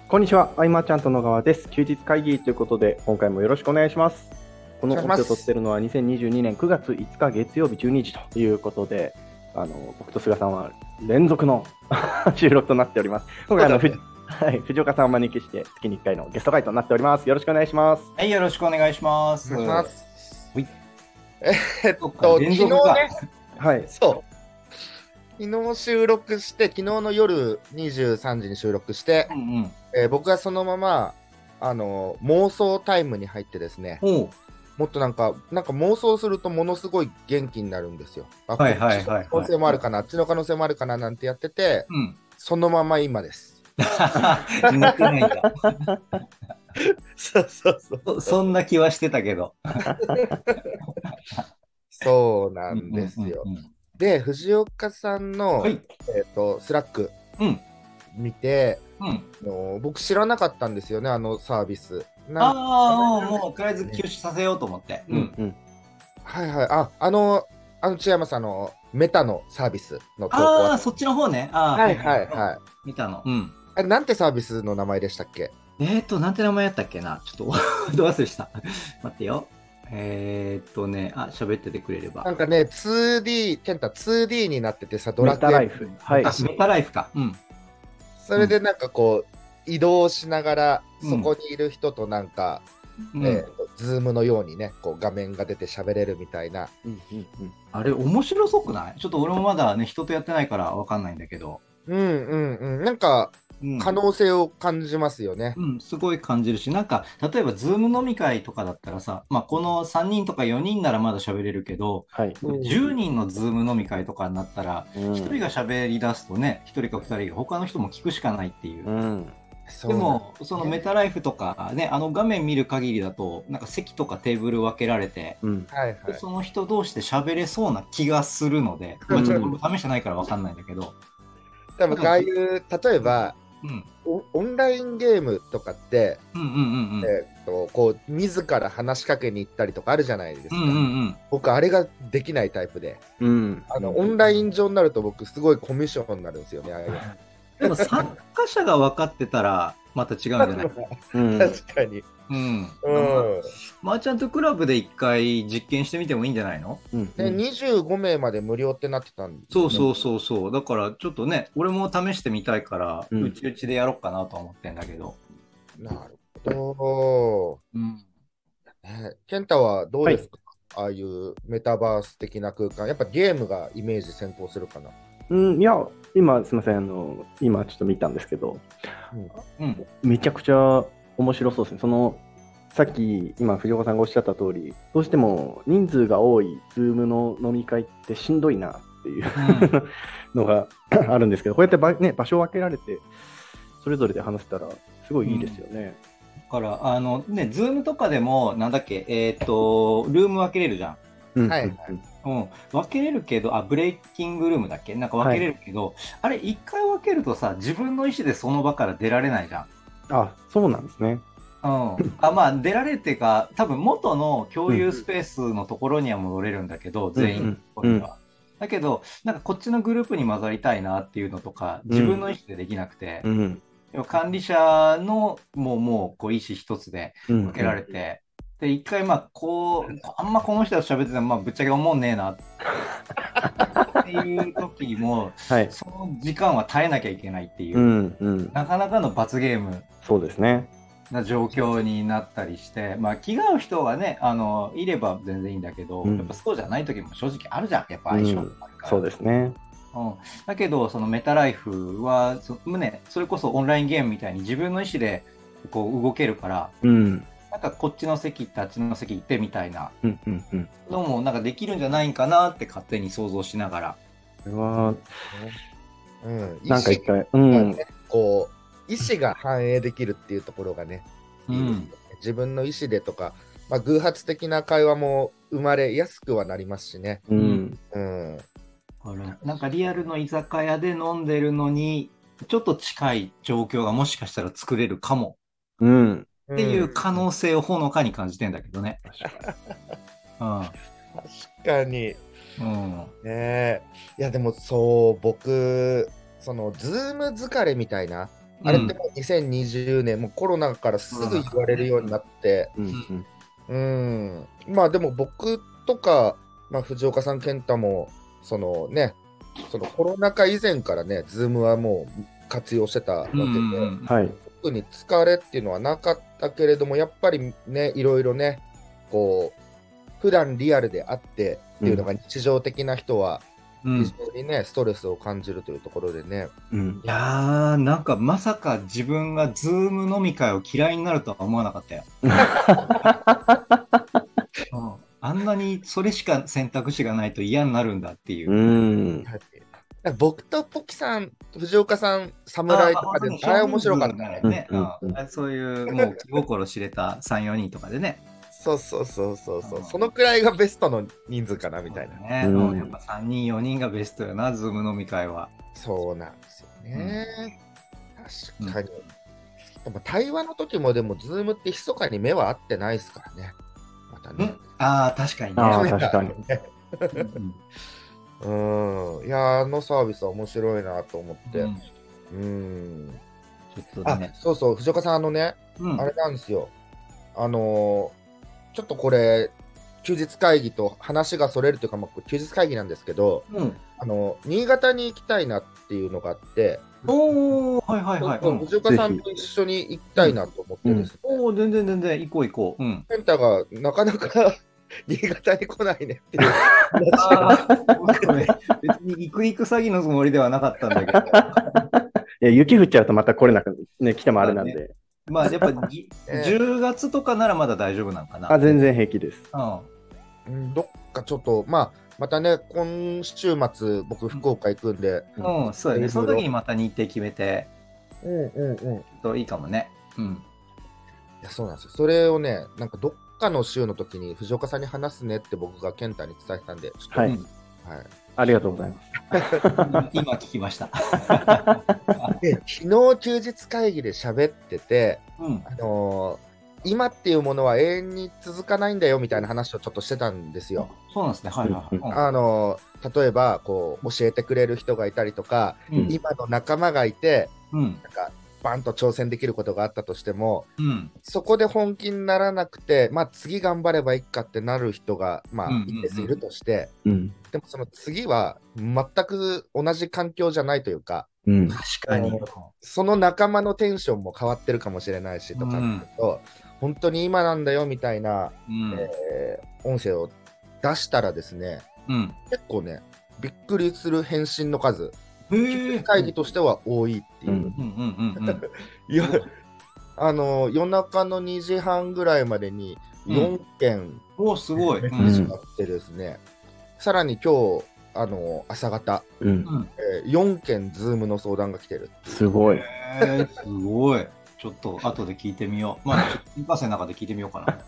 こんにちは、あいまちゃんと野川です。休日会議ということで、今回もよろしくお願いします。この音声を撮っているのは2022年9月5日月曜日12時ということで、僕と菅さんは連続の収録となっております。今回はい、藤岡さんをお招きして月に1回のゲスト会となっております。よろしくお願いします。 はい、よろしくお願いします。 はい、 昨日ね、 はい、 そう、昨日収録して、昨日の夜23時に収録して、僕はそのまま妄想タイムに入ってですね、もっとなんか妄想するとものすごい元気になるんですよ。こっちの可能性もあるかな、あっちの可能性もあるかななんてやってて、そのまま今です。 寝てないんだ。 そんな気はしてたけど。 そうなんですよ。で、藤岡さんの、スラック見て、僕知らなかったんですよね、あのサービス。 もうとりあえず休止させようと思って。 はいはい。違います、メタのサービスの投稿。 そっちの方ね。 はいはいはい。 見たの。 あれ、なんてサービスの名前でしたっけ？ なんて名前やったっけな。ちょっとど忘れした。待ってよ。喋っててくれれば。 なんかね、2D、ケンタ 2D になっててさ、ドラクエ。メタライフ。 はい。メタライフか。 それでなんかこう、移動しながら、そこにいる人となんか、ズームのようにね、こう画面が出て喋れるみたいな。 あれ、面白そうくない？ちょっと俺もまだね、人とやってないからわかんないんだけど。 なんか、可能性を感じますよね。 すごい感じるし、なんか、例えば、ズーム飲み会とかだったらさ、この3人とか4人ならまだ喋れるけど、10人のズーム飲み会とかになったら、1人が喋り出すとね、1人か2人が他の人も聞くしかないっていう。でも、そのメタライフとかね、画面見る限りだと、なんか席とかテーブル分けられて、その人同士で喋れそうな気がするので、ちょっと試してないから分かんないんだけど。 多分ああいう、例えば、オンラインゲームとかって、こう自ら話しかけに行ったりとかあるじゃないですか。僕あれができないタイプで、オンライン上になると僕すごいコミュ障になるんですよね。 でも参加者が分かってたらまた違うんじゃない？ 確かに。 マーチャントクラブで一回実験してみてもいいんじゃないの ？25名まで無料ってなってたんですね。そう。だからちょっとね、俺も試してみたいから、うちうちでやろうかなと思ってんだけど。 なるほど。ケンタはどうですか？ああいうメタバース的な空間。やっぱゲームがイメージ先行するかな。 いや、今すみません、今ちょっと見たんですけど、めちゃくちゃ面白そうですね。さっき今藤岡さんがおっしゃった通り、どうしても人数が多いズームの飲み会ってしんどいなっていうのがあるんですけど、こうやって場所を分けられてそれぞれで話せたらすごいいいですよね。 だからズームとかでもなんだっけ、ルーム分けれるじゃん。分けれるけど、ブレイキングルームだっけ、なんか分けれるけど、あれ一回分けるとさ、自分の意思でその場から出られないじゃん。 そうなんですね。 出られるっていうか、多分元の共有スペースのところには戻れるんだけど、全員のところには。だけど、なんかこっちのグループに混ざりたいなっていうのとか、自分の意思でできなくて、管理者のもうこう意思一つで分けられて、で、一回あんまこの人と喋ってても、ぶっちゃけ思んねえなっていう時も、その時間は耐えなきゃいけないっていう、なかなかの罰ゲーム。 そうですね。 な状況になったりして、気が合う人がね、いれば全然いいんだけど、やっぱそうじゃない時も正直あるじゃん、やっぱ相性があるから。 そうですね。 だけど、そのメタライフはそれこそオンラインゲームみたいに自分の意思でこう動けるから、なんかこっちの席行ってあっちの席行ってみたいなのもなんかできるんじゃないかなって勝手に想像しながら。 これは、なんか一回、 こう意思が反映できるっていうところがね、いいですね。自分の意思でとか、偶発的な会話も生まれやすくはなりますしね。 なんかリアルの居酒屋で飲んでるのにちょっと近い状況がもしかしたら作れるかもっていう可能性をほのかに感じてんだけどね。 確かに。いやでも僕そのズーム疲れみたいなあれってもう2020年、もうコロナからすぐ言われるようになって、まあでも僕とか、まあ、藤岡さん、健太も、そのコロナ禍以前からね、ズームはもう活用してたわけで、特に疲れっていうのはなかったけれども、やっぱりね、いろいろね、こう、普段リアルであってっていうのが日常的な人は、非常にね、ストレスを感じるというところでね。 いやー、なんかまさか自分がズーム飲み会を嫌いになるとは思わなかったよ。あんなにそれしか選択肢がないと嫌になるんだっていう。 僕とポキさん、藤岡さん、侍とかで大変面白かったね。 そういうもう気心知れた3、4人とかでね。 そう、そのくらいがベストの人数かなみたいな。 やっぱ3人、4人がベストよな、ズーム飲み会は。 そうなんですよね。確かに。やっぱ対話の時もでも、ズームって密かに目は合ってないですからね。またね。 確かにね。確かに。 いや、サービスは面白いなと思って。ちょっとね。そうそう、藤岡さん、あれなんですよ。ちょっとこれ、休日会議と話がそれるというか、まあ、休日会議なんですけど、新潟に行きたいなっていうのがあって、藤岡さんと一緒に行きたいなと思ってですね。 全然、行こう。 健太がなかなか新潟に来ないねっていう。 別に行く詐欺のつもりではなかったんだけど。 いや、雪降っちゃうとまた来れなくね、来てもあれなんで。 まあやっぱ10月とかならまだ大丈夫なのかな。 全然平気です。 どっかちょっと、またね、今週末、僕、福岡行くんで。 そうだね。その時にまた日程決めて、といいかもね。いや、そうなんですよ。それをね、なんかどっかの週の時に藤岡さんに話すねって僕が健太に伝えたんで、 ありがとうございます。 今聞きました。 で昨日休日会議で喋ってて、今っていうものは永遠に続かないんだよみたいな話をちょっとしてたんですよ。 そうなんですね。 例えばこう教えてくれる人がいたりとか、今の仲間がいて、なんかバンと挑戦できることがあったとしても、そこで本気にならなくて、次頑張ればいいかってなる人が、一定数いるとして、でもその次は全く同じ環境じゃないというか、 確かにその仲間のテンションも変わってるかもしれないしとかと、本当に今なんだよみたいな、音声を出したらですね、結構ね、びっくりする返信の数、会議としては多いっていう。夜中の2時半ぐらいまでに4件すごいメッセージがあってですね、さらに今日朝方、4件ズームの相談が来てる。 すごい。 すごい。ちょっと後で聞いてみよう。新幹線の中で聞いてみようかな。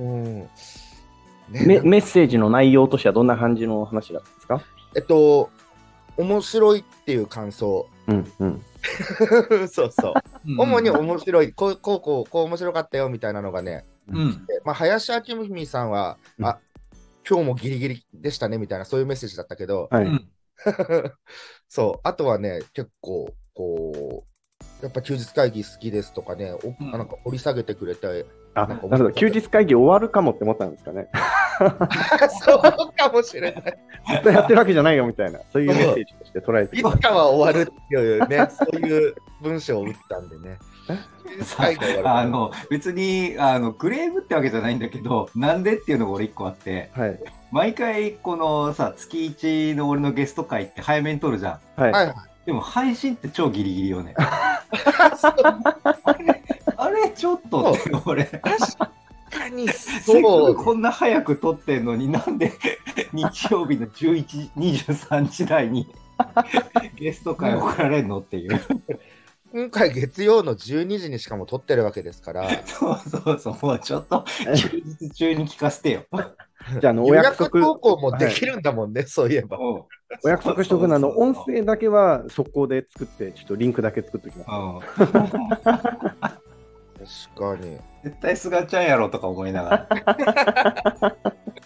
メッセージの内容としてはどんな感じの話だったんですか？ 面白いっていう感想。そう。主に面白い、こう面白かったよみたいなのがね、林明文さんは、今日もギリギリでしたねみたいな、そういうメッセージだったけど、そう、あとはね、結構、やっぱ休日会議好きですとかね、なんか掘り下げてくれて、 なるほど、休日会議終わるかもって思ったんですかね。 そうかもしれない。 ずっとやってるわけじゃないよみたいな、そういうメッセージとして捉えて。 いつかは終わるっていうね、そういう文章を打ったんでね。 別にクレームってわけじゃないんだけど、なんでっていうのが俺1個あって、毎回このさ、月1の俺のゲスト会って早めに撮るじゃん。でも配信って超ギリギリよね。あれちょっとって俺。確かにそう。こんな早く撮ってんのになんで日曜日の11、23時台にゲスト会送られるのっていう。 今回月曜の12時にしかも撮ってるわけですから。 そう、もうちょっと休日中に聞かせてよ。 じゃあお約束投稿もできるんだもんね、そういえば。 お約束しとくの音声だけは速攻で作って、ちょっとリンクだけ作っておきます。 確かに。 絶対すがちゃんやろとか思いながら。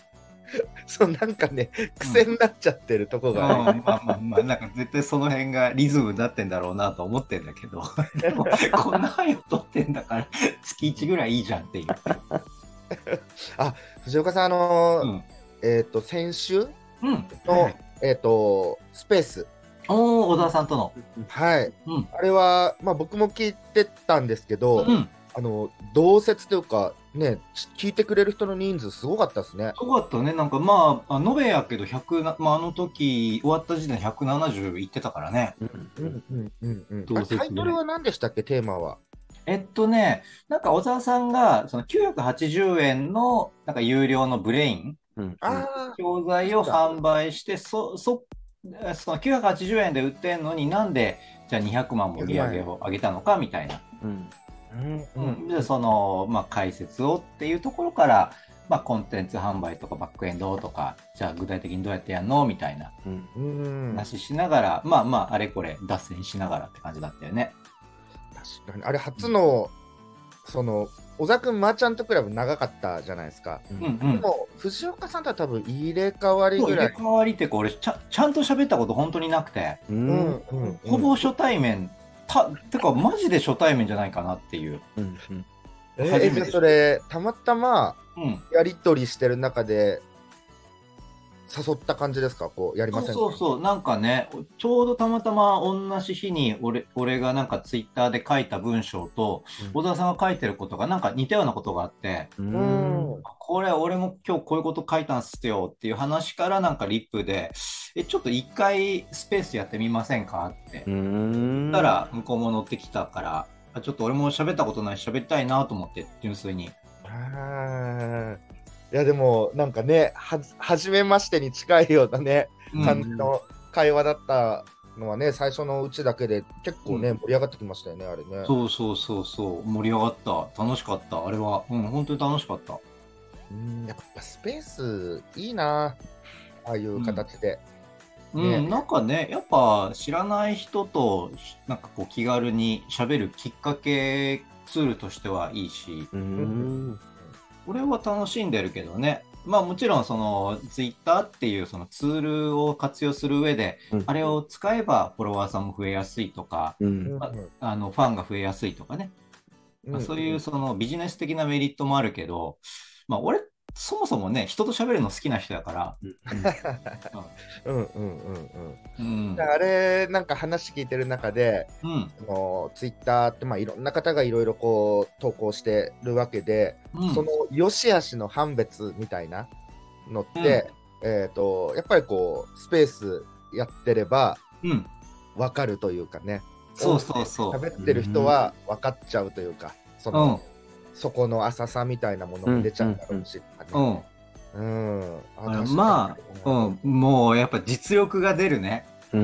そう、なんかね、癖になっちゃってるとこがある。 なんか絶対その辺がリズムになってんだろうなと思ってんだけど、でもこんな早く撮ってんだから、月1ぐらいいいじゃんっていう。 あ、藤岡さん、先週の、スペース。 小田さんとの。 はい。あれは、まあ僕も聞いてたんですけど、同説というか、ね、聞いてくれる人の人数すごかったですね。 すごかったね。なんかまあ、延べやけど、あの時、終わった時点で170いってたからね。 タイトルは何でしたっけ、テーマは。 なんか小沢さんが、その980円の、なんか有料のブレイン、教材を販売して、その980円で売ってんのになんで、じゃあ200万も売り上げを上げたのかみたいな。でその、まあ、解説をっていうところから、まあ、コンテンツ販売とかバックエンドとか、じゃあ具体的にどうやってやるのみたいな話しながら、まあまああれこれ脱線しながらって感じだったよね。 確かにあれ初の、その小沢君マーチャントクラブ長かったじゃないですか。でも藤岡さんとは多分入れ替わりぐらい。 入れ替わりっていうか俺ちゃんと喋ったこと本当になくて、ほぼ初対面てかマジで初対面じゃないかなっていう。 じゃあそれたまたまやり取りしてる中で誘った感じですか、こうやりませんか。 そうなんかね、ちょうどたまたま同じ日に俺がなんかツイッターで書いた文章と、小沢さんが書いてることがなんか似たようなことがあって、これ俺も今日こういうこと書いたんすよっていう話からなんかリップでちょっと一回スペースやってみませんかって言ったら向こうも乗ってきたから、ちょっと俺も喋ったことないし喋りたいなと思って純粋に。 いやでもなんかね、初めましてに近いようなね、感じの会話だったのはね、最初のうちだけで結構ね、盛り上がってきましたよね、あれね。 そう盛り上がった、楽しかった、あれは本当に楽しかった。 やっぱスペースいいな、ああいう形で。 なんかね、やっぱ知らない人となんかこう気軽に喋るきっかけツールとしてはいいし、俺は楽しんでるけどね。まあもちろんそのツイッターっていうそのツールを活用する上で、あれを使えばフォロワーさんも増えやすいとか、ファンが増えやすいとかね、そういうそのビジネス的なメリットもあるけど、まあ俺そもそもね、人と喋るの好きな人やから。 あれなんか話聞いてる中で、ツイッターってまあいろんな方がいろいろこう投稿してるわけで、その良し悪しの判別みたいなのって、やっぱりこうスペースやってれば分かるというかね。喋ってる人は分かっちゃうというか、そこの浅さみたいなものも出ちゃうだろうし、 まあ、もうやっぱ実力が出るね。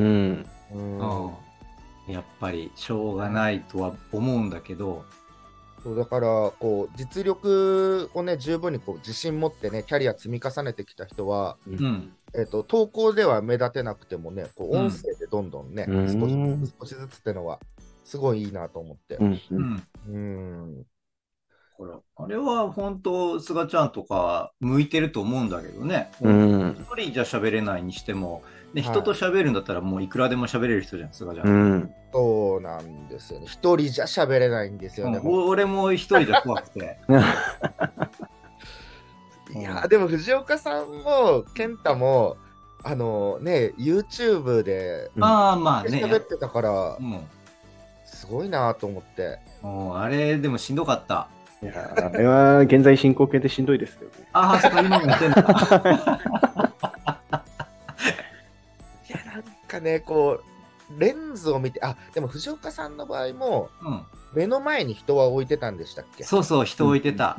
やっぱりしょうがないとは思うんだけど、 そうだからこう実力をね十分にこう自信持ってねキャリア積み重ねてきた人は、投稿では目立てなくてもね、こう音声でどんどんね、少しずつってのはすごいいいなと思って。 あれは本当菅ちゃんとか向いてると思うんだけどね。一人じゃ喋れないにしても、人と喋るんだったらもういくらでも喋れる人じゃん、菅ちゃん。 そうなんですよね。一人じゃ喋れないんですよね。 俺も一人じゃ怖くて。 いやでも藤岡さんも健太もYouTube で喋ってたから、すごいなと思って。 あれでもしんどかった。 いやあれは現在進行形でしんどいですけどね。 そっか、今もやってんだ。いやなんかね、こうレンズを見て、でも藤岡さんの場合も、目の前に人は置いてたんでしたっけ。 そう人置いてた。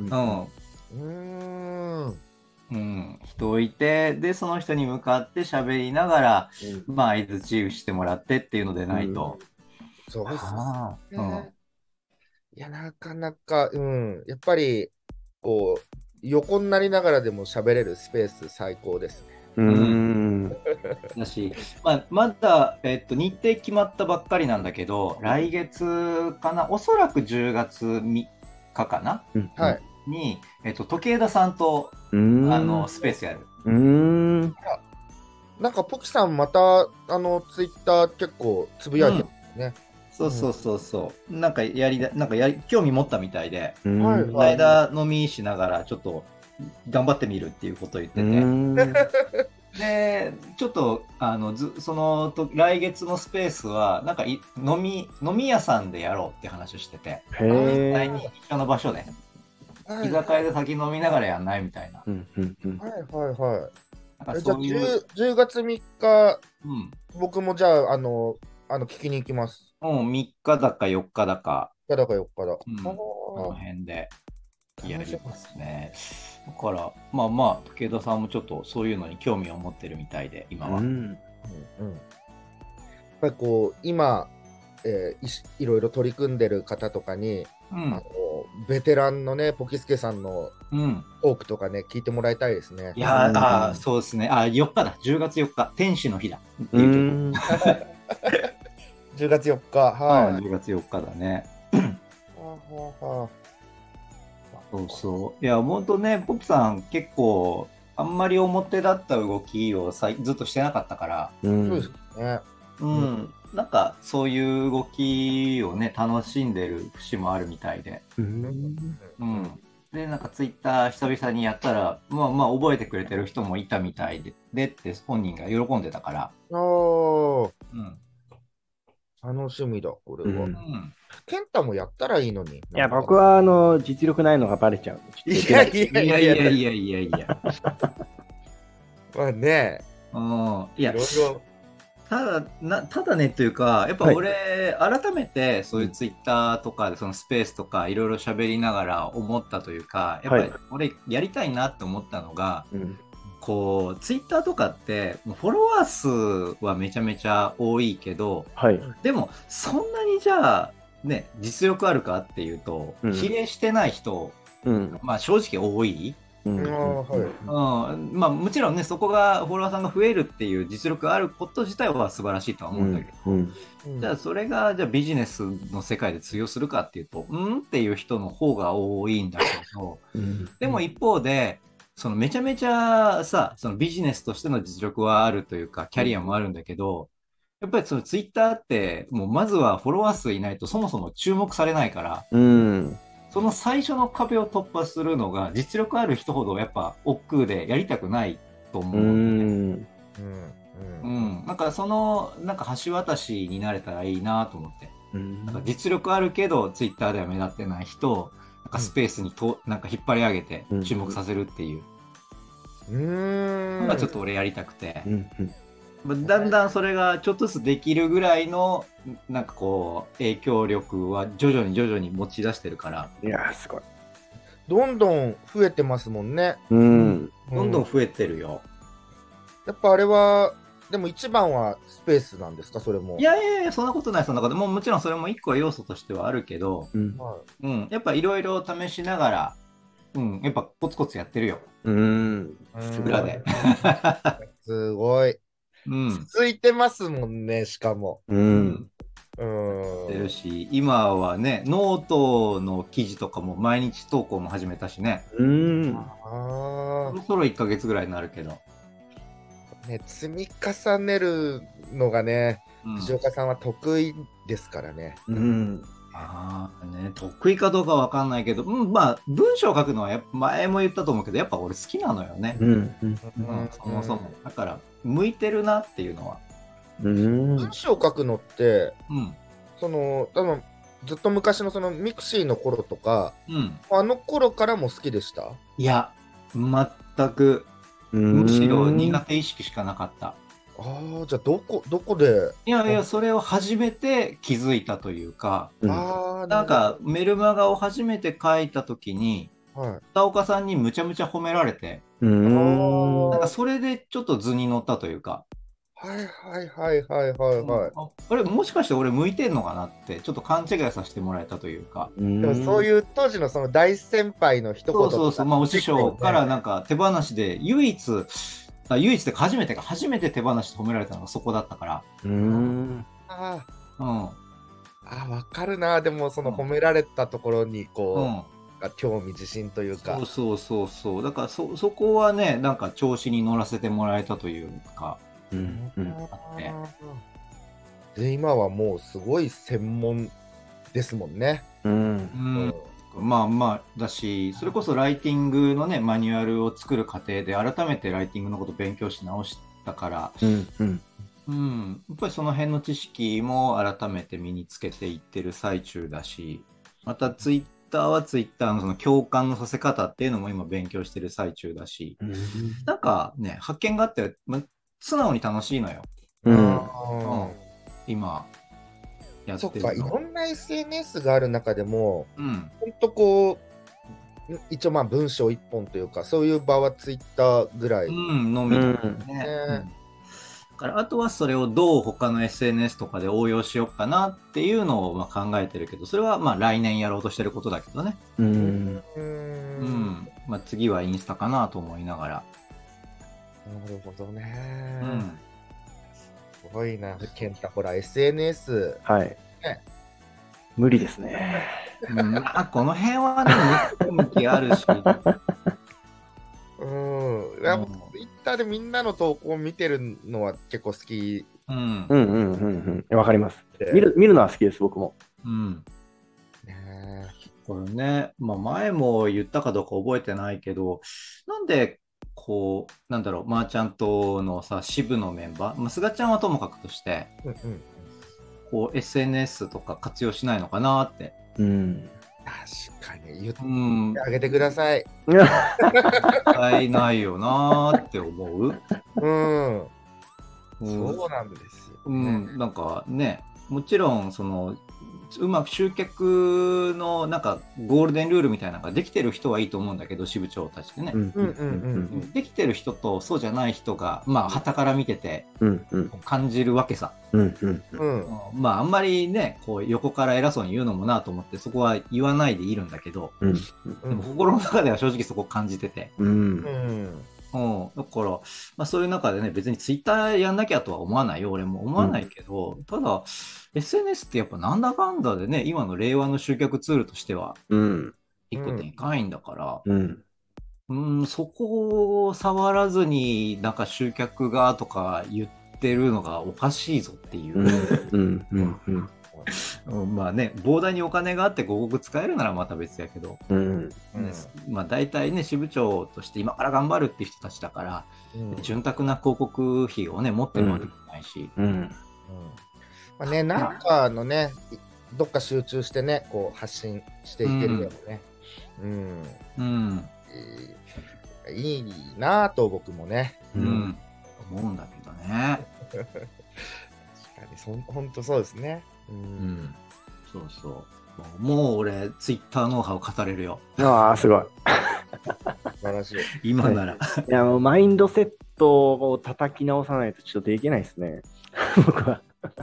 人置いて、でその人に向かって喋りながら、まあ相づちしてもらってっていうのでないと。 そうですね。いやなかなか、やっぱりこう横になりながらでも喋れるスペース最高ですね。 だし、まだ、日程決まったばっかりなんだけど、来月かな、おそらく10月3日かな、に、時枝さんとスペースやる。 なんかポキさんまたツイッター結構つぶやいてますね。 そう。なんか興味持ったみたいで、こはいの間飲みしながらちょっと頑張ってみるっていうことを言ってて。で、ちょっと、来月のスペースは、なんか飲み屋さんでやろうって話をしてて、実際に一緒の場所で、居酒屋で先飲みながらやんないみたいな。 じゃあ10月3日、僕もじゃあ、聞きに行きます。 3日だか4日だか。 4日だか4日だ。 この辺でやりますね。だから、武田さんもちょっとそういうのに興味を持ってるみたいで、今は。やっぱりこう、今、いろいろ取り組んでる方とかに、ベテランのね、ポキスケさんのトークとかね、聞いてもらいたいですね。 いやそうですね。4日だ。10月4日。天使の日だ。10 月4日。はい。 10月4日だね。そう。いや、ほんとね、ポキさん結構、あんまり表立った動きをずっとしてなかったから。 そうですね。 なんかそういう動きをね楽しんでる節もあるみたいで、でなんかツイッター久々にやったら覚えてくれてる人もいたみたいでって本人が喜んでたから、 楽しみだこれは。健太もやったらいいのに。 いや僕は実力ないのがバレちゃう。 いやまあね、 いやいろいろ。ただねというか、やっぱ俺、改めてそういうツイッターとかでそのスペースとかいろいろ喋りながら思ったというか、やっぱり俺やりたいなって思ったのが、こうツイッターとかってフォロワー数はめちゃめちゃ多いけど、でもそんなにじゃあね実力あるかっていうと、比例してない人、正直多い。もちろんねそこがフォロワーさんが増えるっていう実力があること自体は素晴らしいとは思うんだけど、じゃあそれがじゃあビジネスの世界で通用するかっていうとっていう人の方が多いんだけど、でも一方でそのめちゃめちゃさそのビジネスとしての実力はあるというかキャリアもあるんだけど、やっぱりそのツイッターってもうまずはフォロワー数いないとそもそも注目されないから、その最初の壁を突破するのが実力ある人ほどやっぱ億劫でやりたくないと思うんで、なんかそのなんか橋渡しになれたらいいなと思って、なんか実力あるけどツイッターでは目立ってない人をなんかスペースになんか引っ張り上げて注目させるっていうのがちょっと俺やりたくて、だんだんそれがちょっとずつできるぐらいのなんかこう影響力は徐々に持ち出してるから、 いやすごいどんどん増えてますもんね。 どんどん増えてるよ。 やっぱあれはでも一番はスペースなんですか、それも。 いやそんなことないもちろんそれも一個要素としてはあるけど、やっぱいろいろ試しながら、やっぱコツコツやってるよ。裏で。 すごい。続いてますもんね、しかも。 してるし、今はね、ノートの記事とかも毎日投稿も始めたしね。そろそろ1ヶ月ぐらいになるけど。 ね、積み重ねるのがね、藤岡さんは得意ですからね。 得意かどうかわかんないけど、文章を書くのは前も言ったと思うけど、やっぱ俺好きなのよね。そもそも。だから、向いてるなっていうのは。 文章を書くのって、多分ずっと昔のそのミクシーの頃とか、あの頃からも好きでした？ いや、全く。むしろ苦手意識しかなかった。 じゃあどこで？ いやそれを初めて気づいたというか、なんかメルマガを初めて書いた時に、北岡さんにむちゃむちゃ褒められて、なんかそれでちょっと図に乗ったというか、あれもしかして俺向いてんのかなってちょっと勘違いさせてもらえたというか。 でもそういう当時のその大先輩の一言とか、 お師匠からなんか手放しで唯一で初めて手放しで褒められたのがそこだったから。 わかるな。でもその褒められたところにこう、 か興味自信というか。 そうだからそこはねなんか調子に乗らせてもらえたというか、 で今はもうすごい専門ですもんね。 まあだし、それこそライティングのねマニュアルを作る過程で改めてライティングのことを勉強し直したから、やっぱりその辺の知識も改めて身につけていってる最中だし、またツイッターはツイッターのその共感のさせ方っていうのも今勉強してる最中だし、なんかね発見があって、素直に楽しいのよ。今やってるの。そっか、いろんな SNS がある中でも、ほんとこう一応文章一本というかそういう場はツイッターぐらいのみだね。からあとはそれをどう他の SNS とかで応用しようかなっていうのを考えてるけど、それは来年やろうとしてることだけどね。次はインスタかなと思いながら。 なるほどね。すごいな、健太。ほら SNS、 無理ですね。 この辺はね向きあるし。 やっぱツイッターでみんなの投稿を見てるのは結構好き。 わかります。見るのは好きです、僕も。 これね、前も言ったかどうか覚えてないけど、なんでこうなんだろう、マーチャントのさ支部のメンバー、菅ちゃんはともかくとして、こう SNS とか活用しないのかなって。 確かに言ってあげてください。 使えないよなーって思う。 そうなんですよ、 なんかね、もちろんそのうまく集客のなんかゴールデンルールみたいなのができてる人はいいと思うんだけど、支部長たちでね、できてる人とそうじゃない人が傍から見てて感じるわけさ。あんまりねこう横から偉そうに言うのもなと思ってそこは言わないでいるんだけど、でも心の中では正直そこ感じてて、だから、そういう中でね、別にツイッターやんなきゃとは思わないよ、俺も思わないけど、ただ SNS ってやっぱなんだかんだでね、今の令和の集客ツールとしては一個でかいんだから、そこを触らずになんか集客がとか言ってるのがおかしいぞっていう。膨大にお金があって広告使えるならまた別やけど、大体ね支部長として今から頑張るっていう人たちだから、潤沢な広告費をね持ってるわけじゃないし、 なんかのねどっか集中してねこう発信していけるよね。いいなぁと僕もね、 思うんだけどね。 確かに本当そうですね。 もう俺ツイッターノウハウ語れるよ。 すごい。 素晴らしい。 今なら。いやもうマインドセットを叩き直さないとちょっとできないですね。僕は。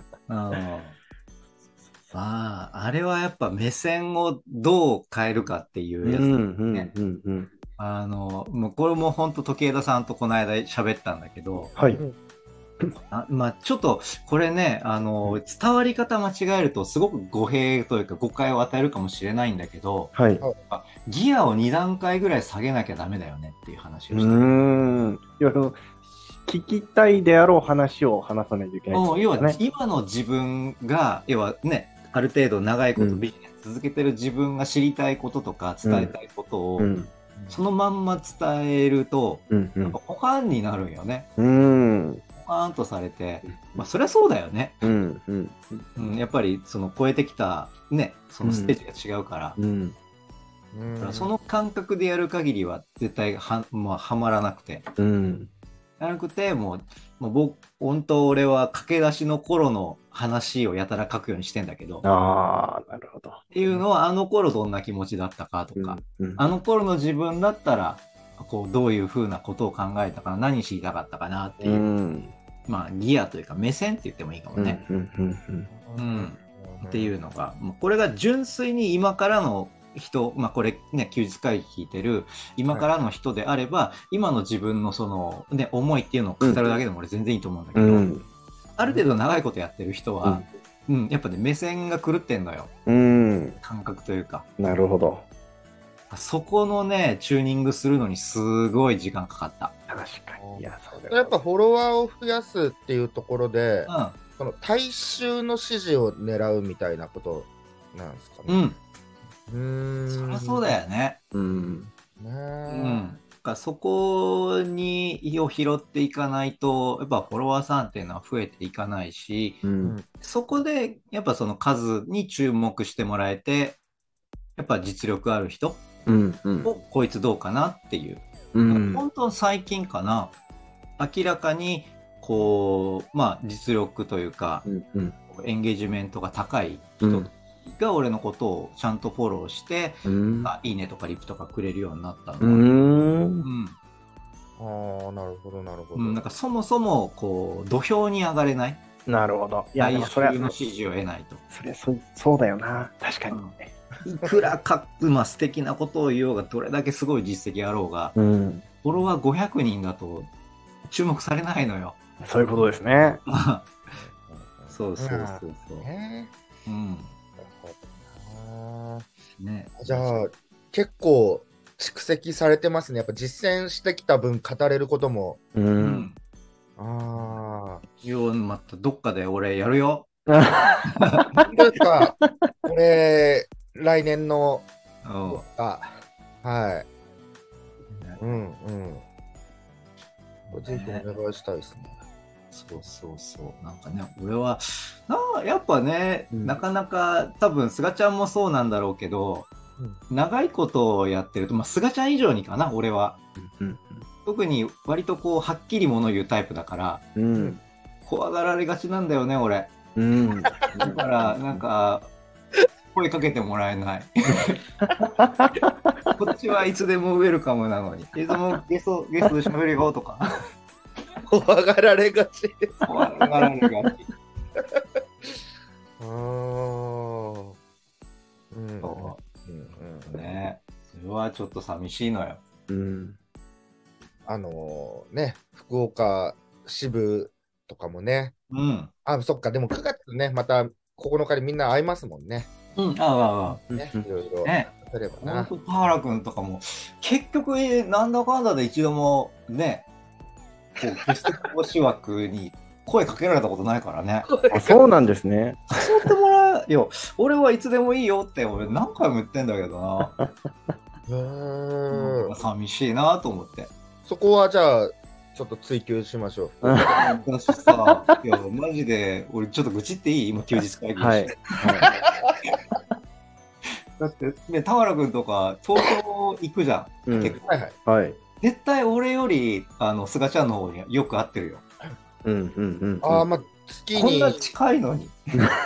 あれはやっぱ目線をどう変えるかっていうやつね。もうこれも本当時枝さんとこの間喋ったんだけど。ちょっとこれね伝わり方間違えるとすごく語弊というか誤解を与えるかもしれないんだけど、ギアを2段階ぐらい下げなきゃダメだよねっていう話をしてる。 聞きたいであろう話を話さないといけない、 要は今の自分が要はねある程度長いことビジネス続けてる自分が知りたいこととか伝えたいことを、そのまんま伝えると、なんかポカンになるんよね。ポカーンとされて、そりゃそうだよね。やっぱりその超えてきたねそのステージが違うから、だからその感覚でやる限りは絶対はまらなくて、もう本当俺は駆け出しの頃の話をやたら書くようにしてんだけど、 なるほど。 っていうのはあの頃どんな気持ちだったかとか、あの頃の自分だったらこうどういうふうなことを考えたかな、何知りたかったかなっていう、ギアというか目線って言ってもいいかもね。っていうのがこれが純粋に今からの人、これね休日会議聞いてる今からの人であれば、今の自分のそのね思いっていうのを語るだけでも俺全然いいと思うんだけど、ある程度長いことやってる人は、やっぱね目線が狂ってんのよ、感覚というか。 なるほど。 そこのね、チューニングするのにすごい時間かかった。 確かに。いや、 そうだよ。やっぱフォロワーを増やすっていうところで、その大衆の支持を狙うみたいなことなんですかね。 そりゃそうだよね。そこに意を拾っていかないと、やっぱフォロワーさんっていうのは増えていかないし、そこでやっぱその数に注目してもらえて、やっぱ実力ある人をこいつどうかなっていう。本当最近かな、明らかにこう、実力というか、エンゲージメントが高い人が俺のことをちゃんとフォローして、いいねとかリプとかくれるようになったの。 ああ、なるほどなるほど。 なんかそもそもこう土俵に上がれない。 なるほど。 いや、それの支持を得ないと。 そうだよな。確かに。 いくら素敵なことを言おうが、どれだけすごい実績あろうが、フォロワー500人だと注目されないのよ。 そういうことですね。 そうそうそうそう。 じゃあ結構蓄積されてますね。やっぱ実践してきた分語れることも。 またどっかで俺やるよ。 どうですか。これ来年のはい。ぜひお願いしたいですね。 そうなんかね、俺はやっぱね、なかなか多分すがちゃんもそうなんだろうけど、長いことをやってると、すがちゃん以上にかな、俺は。特に割とこうはっきりもの言うタイプだから、怖がられがちなんだよね、俺。だからなんか声かけてもらえない。こっちはいつでもウェルカムなのに、いつもゲストで喋るよとか。 怖がられがちです。 怖がられがち。ね、それはちょっと寂しいのよ。 福岡支部とかもね。そっか、でも9月ね、また9日にみんな会いますもんね。 いろいろね。田原君とかも結局なんだかんだで一度もね、ゲスト講師枠に声かけられたことないからね。 そうなんですね。 誘ってもらえよ。俺はいつでもいいよって俺何回も言ってんだけどな。寂しいなと思って。 そこはじゃあちょっと追求しましょう。 私さ、いやマジで俺ちょっと愚痴っていい？今休日会議して。だってね、田原君とか東京行くじゃん。結構。絶対俺よりすがちゃんの方によく会ってるよ。 月にこんな近いのに。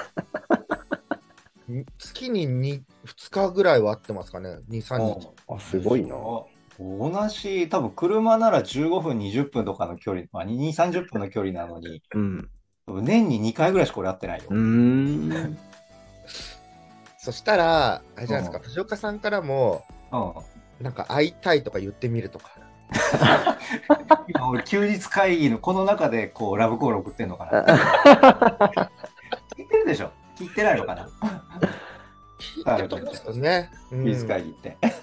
月に2日ぐらいは会ってますかね。2、3日。 すごいな。 同じ多分車なら15分20分とかの距離、2、30分の距離なのに、年に2回ぐらいしかこれ会ってないよ。 そしたらあれじゃないですか、藤岡さんからもなんか会いたいとか言ってみるとか。 今俺休日会議のこの中でこうラブコール送ってんのかな。聞いてるでしょ。聞いてないのかな。 聞いてると思うんですね。 休日会議って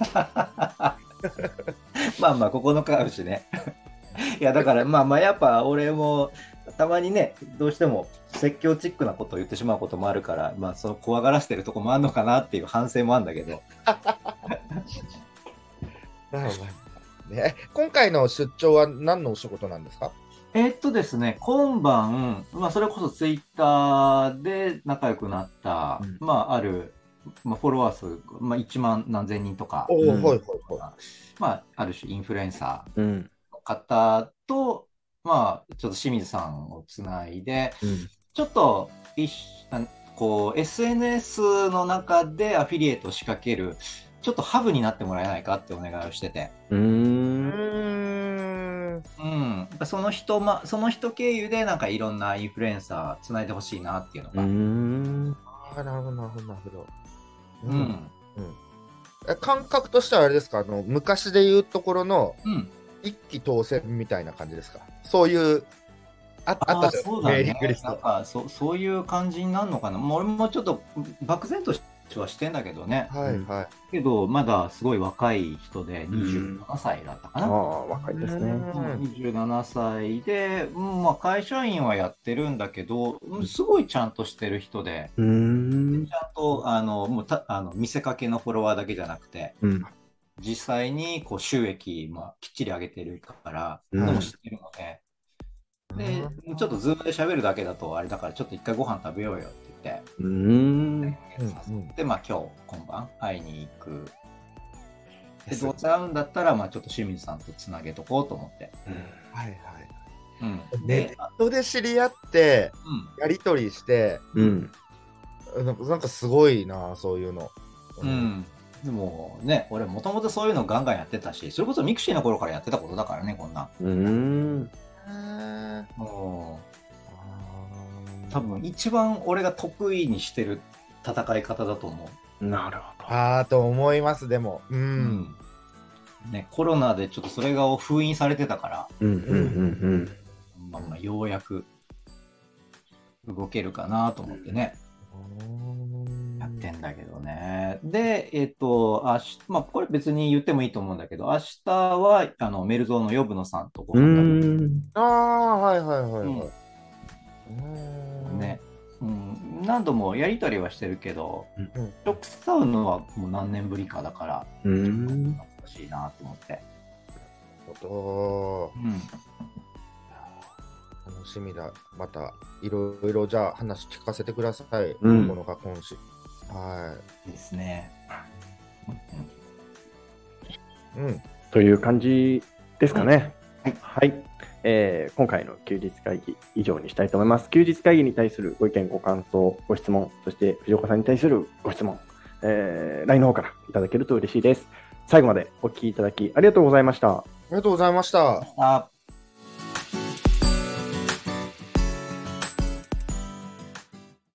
。9日あるしね。いやだからやっぱ俺もたまにね、どうしても説教チックなことを言ってしまうこともあるから、その怖がらせてるとこもあるのかなっていう反省もあるんだけど。 ね、今回の出張は何のお仕事なんですか？ ですね、今晩、それこそツイッターで仲良くなった、ある、フォロワー数、1万何千人とか、ある種インフルエンサーの方と、ちょっと清水さんをつないで、ちょっとSNS の中でアフィリエイトを仕掛ける、ちょっとハブになってもらえないかってお願いをしてて。その人経由でなんかいろんなインフルエンサーつないでほしいなっていうのが。 なるほど。感覚としてはあれですか、昔でいうところの一騎当選みたいな感じですか？そういうあったじゃん、メーリングリスト。 そういう感じになるのかな。俺もちょっと漠然としちはしてんだけどね。 はいはい。 けど、まだすごい若い人で、27歳だったかな。 若いですね。 27歳で、まあ、会社員はやってるんだけど、すごいちゃんとしてる人で、ちゃんともう見せかけのフォロワーだけじゃなくて、実際にこう収益、きっちり上げてるからのも知ってるので、でちょっとズームで喋るだけだとあれだから、ちょっと一回ご飯食べようよって言って、で、今日今晩会いに行く。で、どうせ会うんだったら、ちょっと清水さんとつなげとこうと思って。 はいはい。ネットで知り合って、やり取りして、なんかすごいな、そういうの。 でもね、俺もともとそういうのガンガンやってたし、それこそミクシーの頃からやってたことだからね、こんな。多分一番俺が得意にしてる戦い方だと思う。 なるほど。 と思います、でも。 ね、コロナでちょっとそれが封印されてたから、ようやく動けるかなと思ってね。やってんだけどね。で、これ別に言ってもいいと思うんだけど、明日はメルゾーのヨブノさんとご飯食べる。 はいはいはいはい。 ね、何度もやり取りはしてるけど、直接会うのはもう何年ぶりかだから、懐かしいなと思って。 楽しみだ。またいろいろじゃあ話聞かせてください。この学今週。 ですね。 という感じですかね。はい。今回の休日会議以上にしたいと思います。休日会議に対するご意見、ご感想、ご質問、そして藤岡さんに対するご質問、LINE の方からいただけると嬉しいです。最後までお聞きいただきありがとうございました。 ありがとうございました。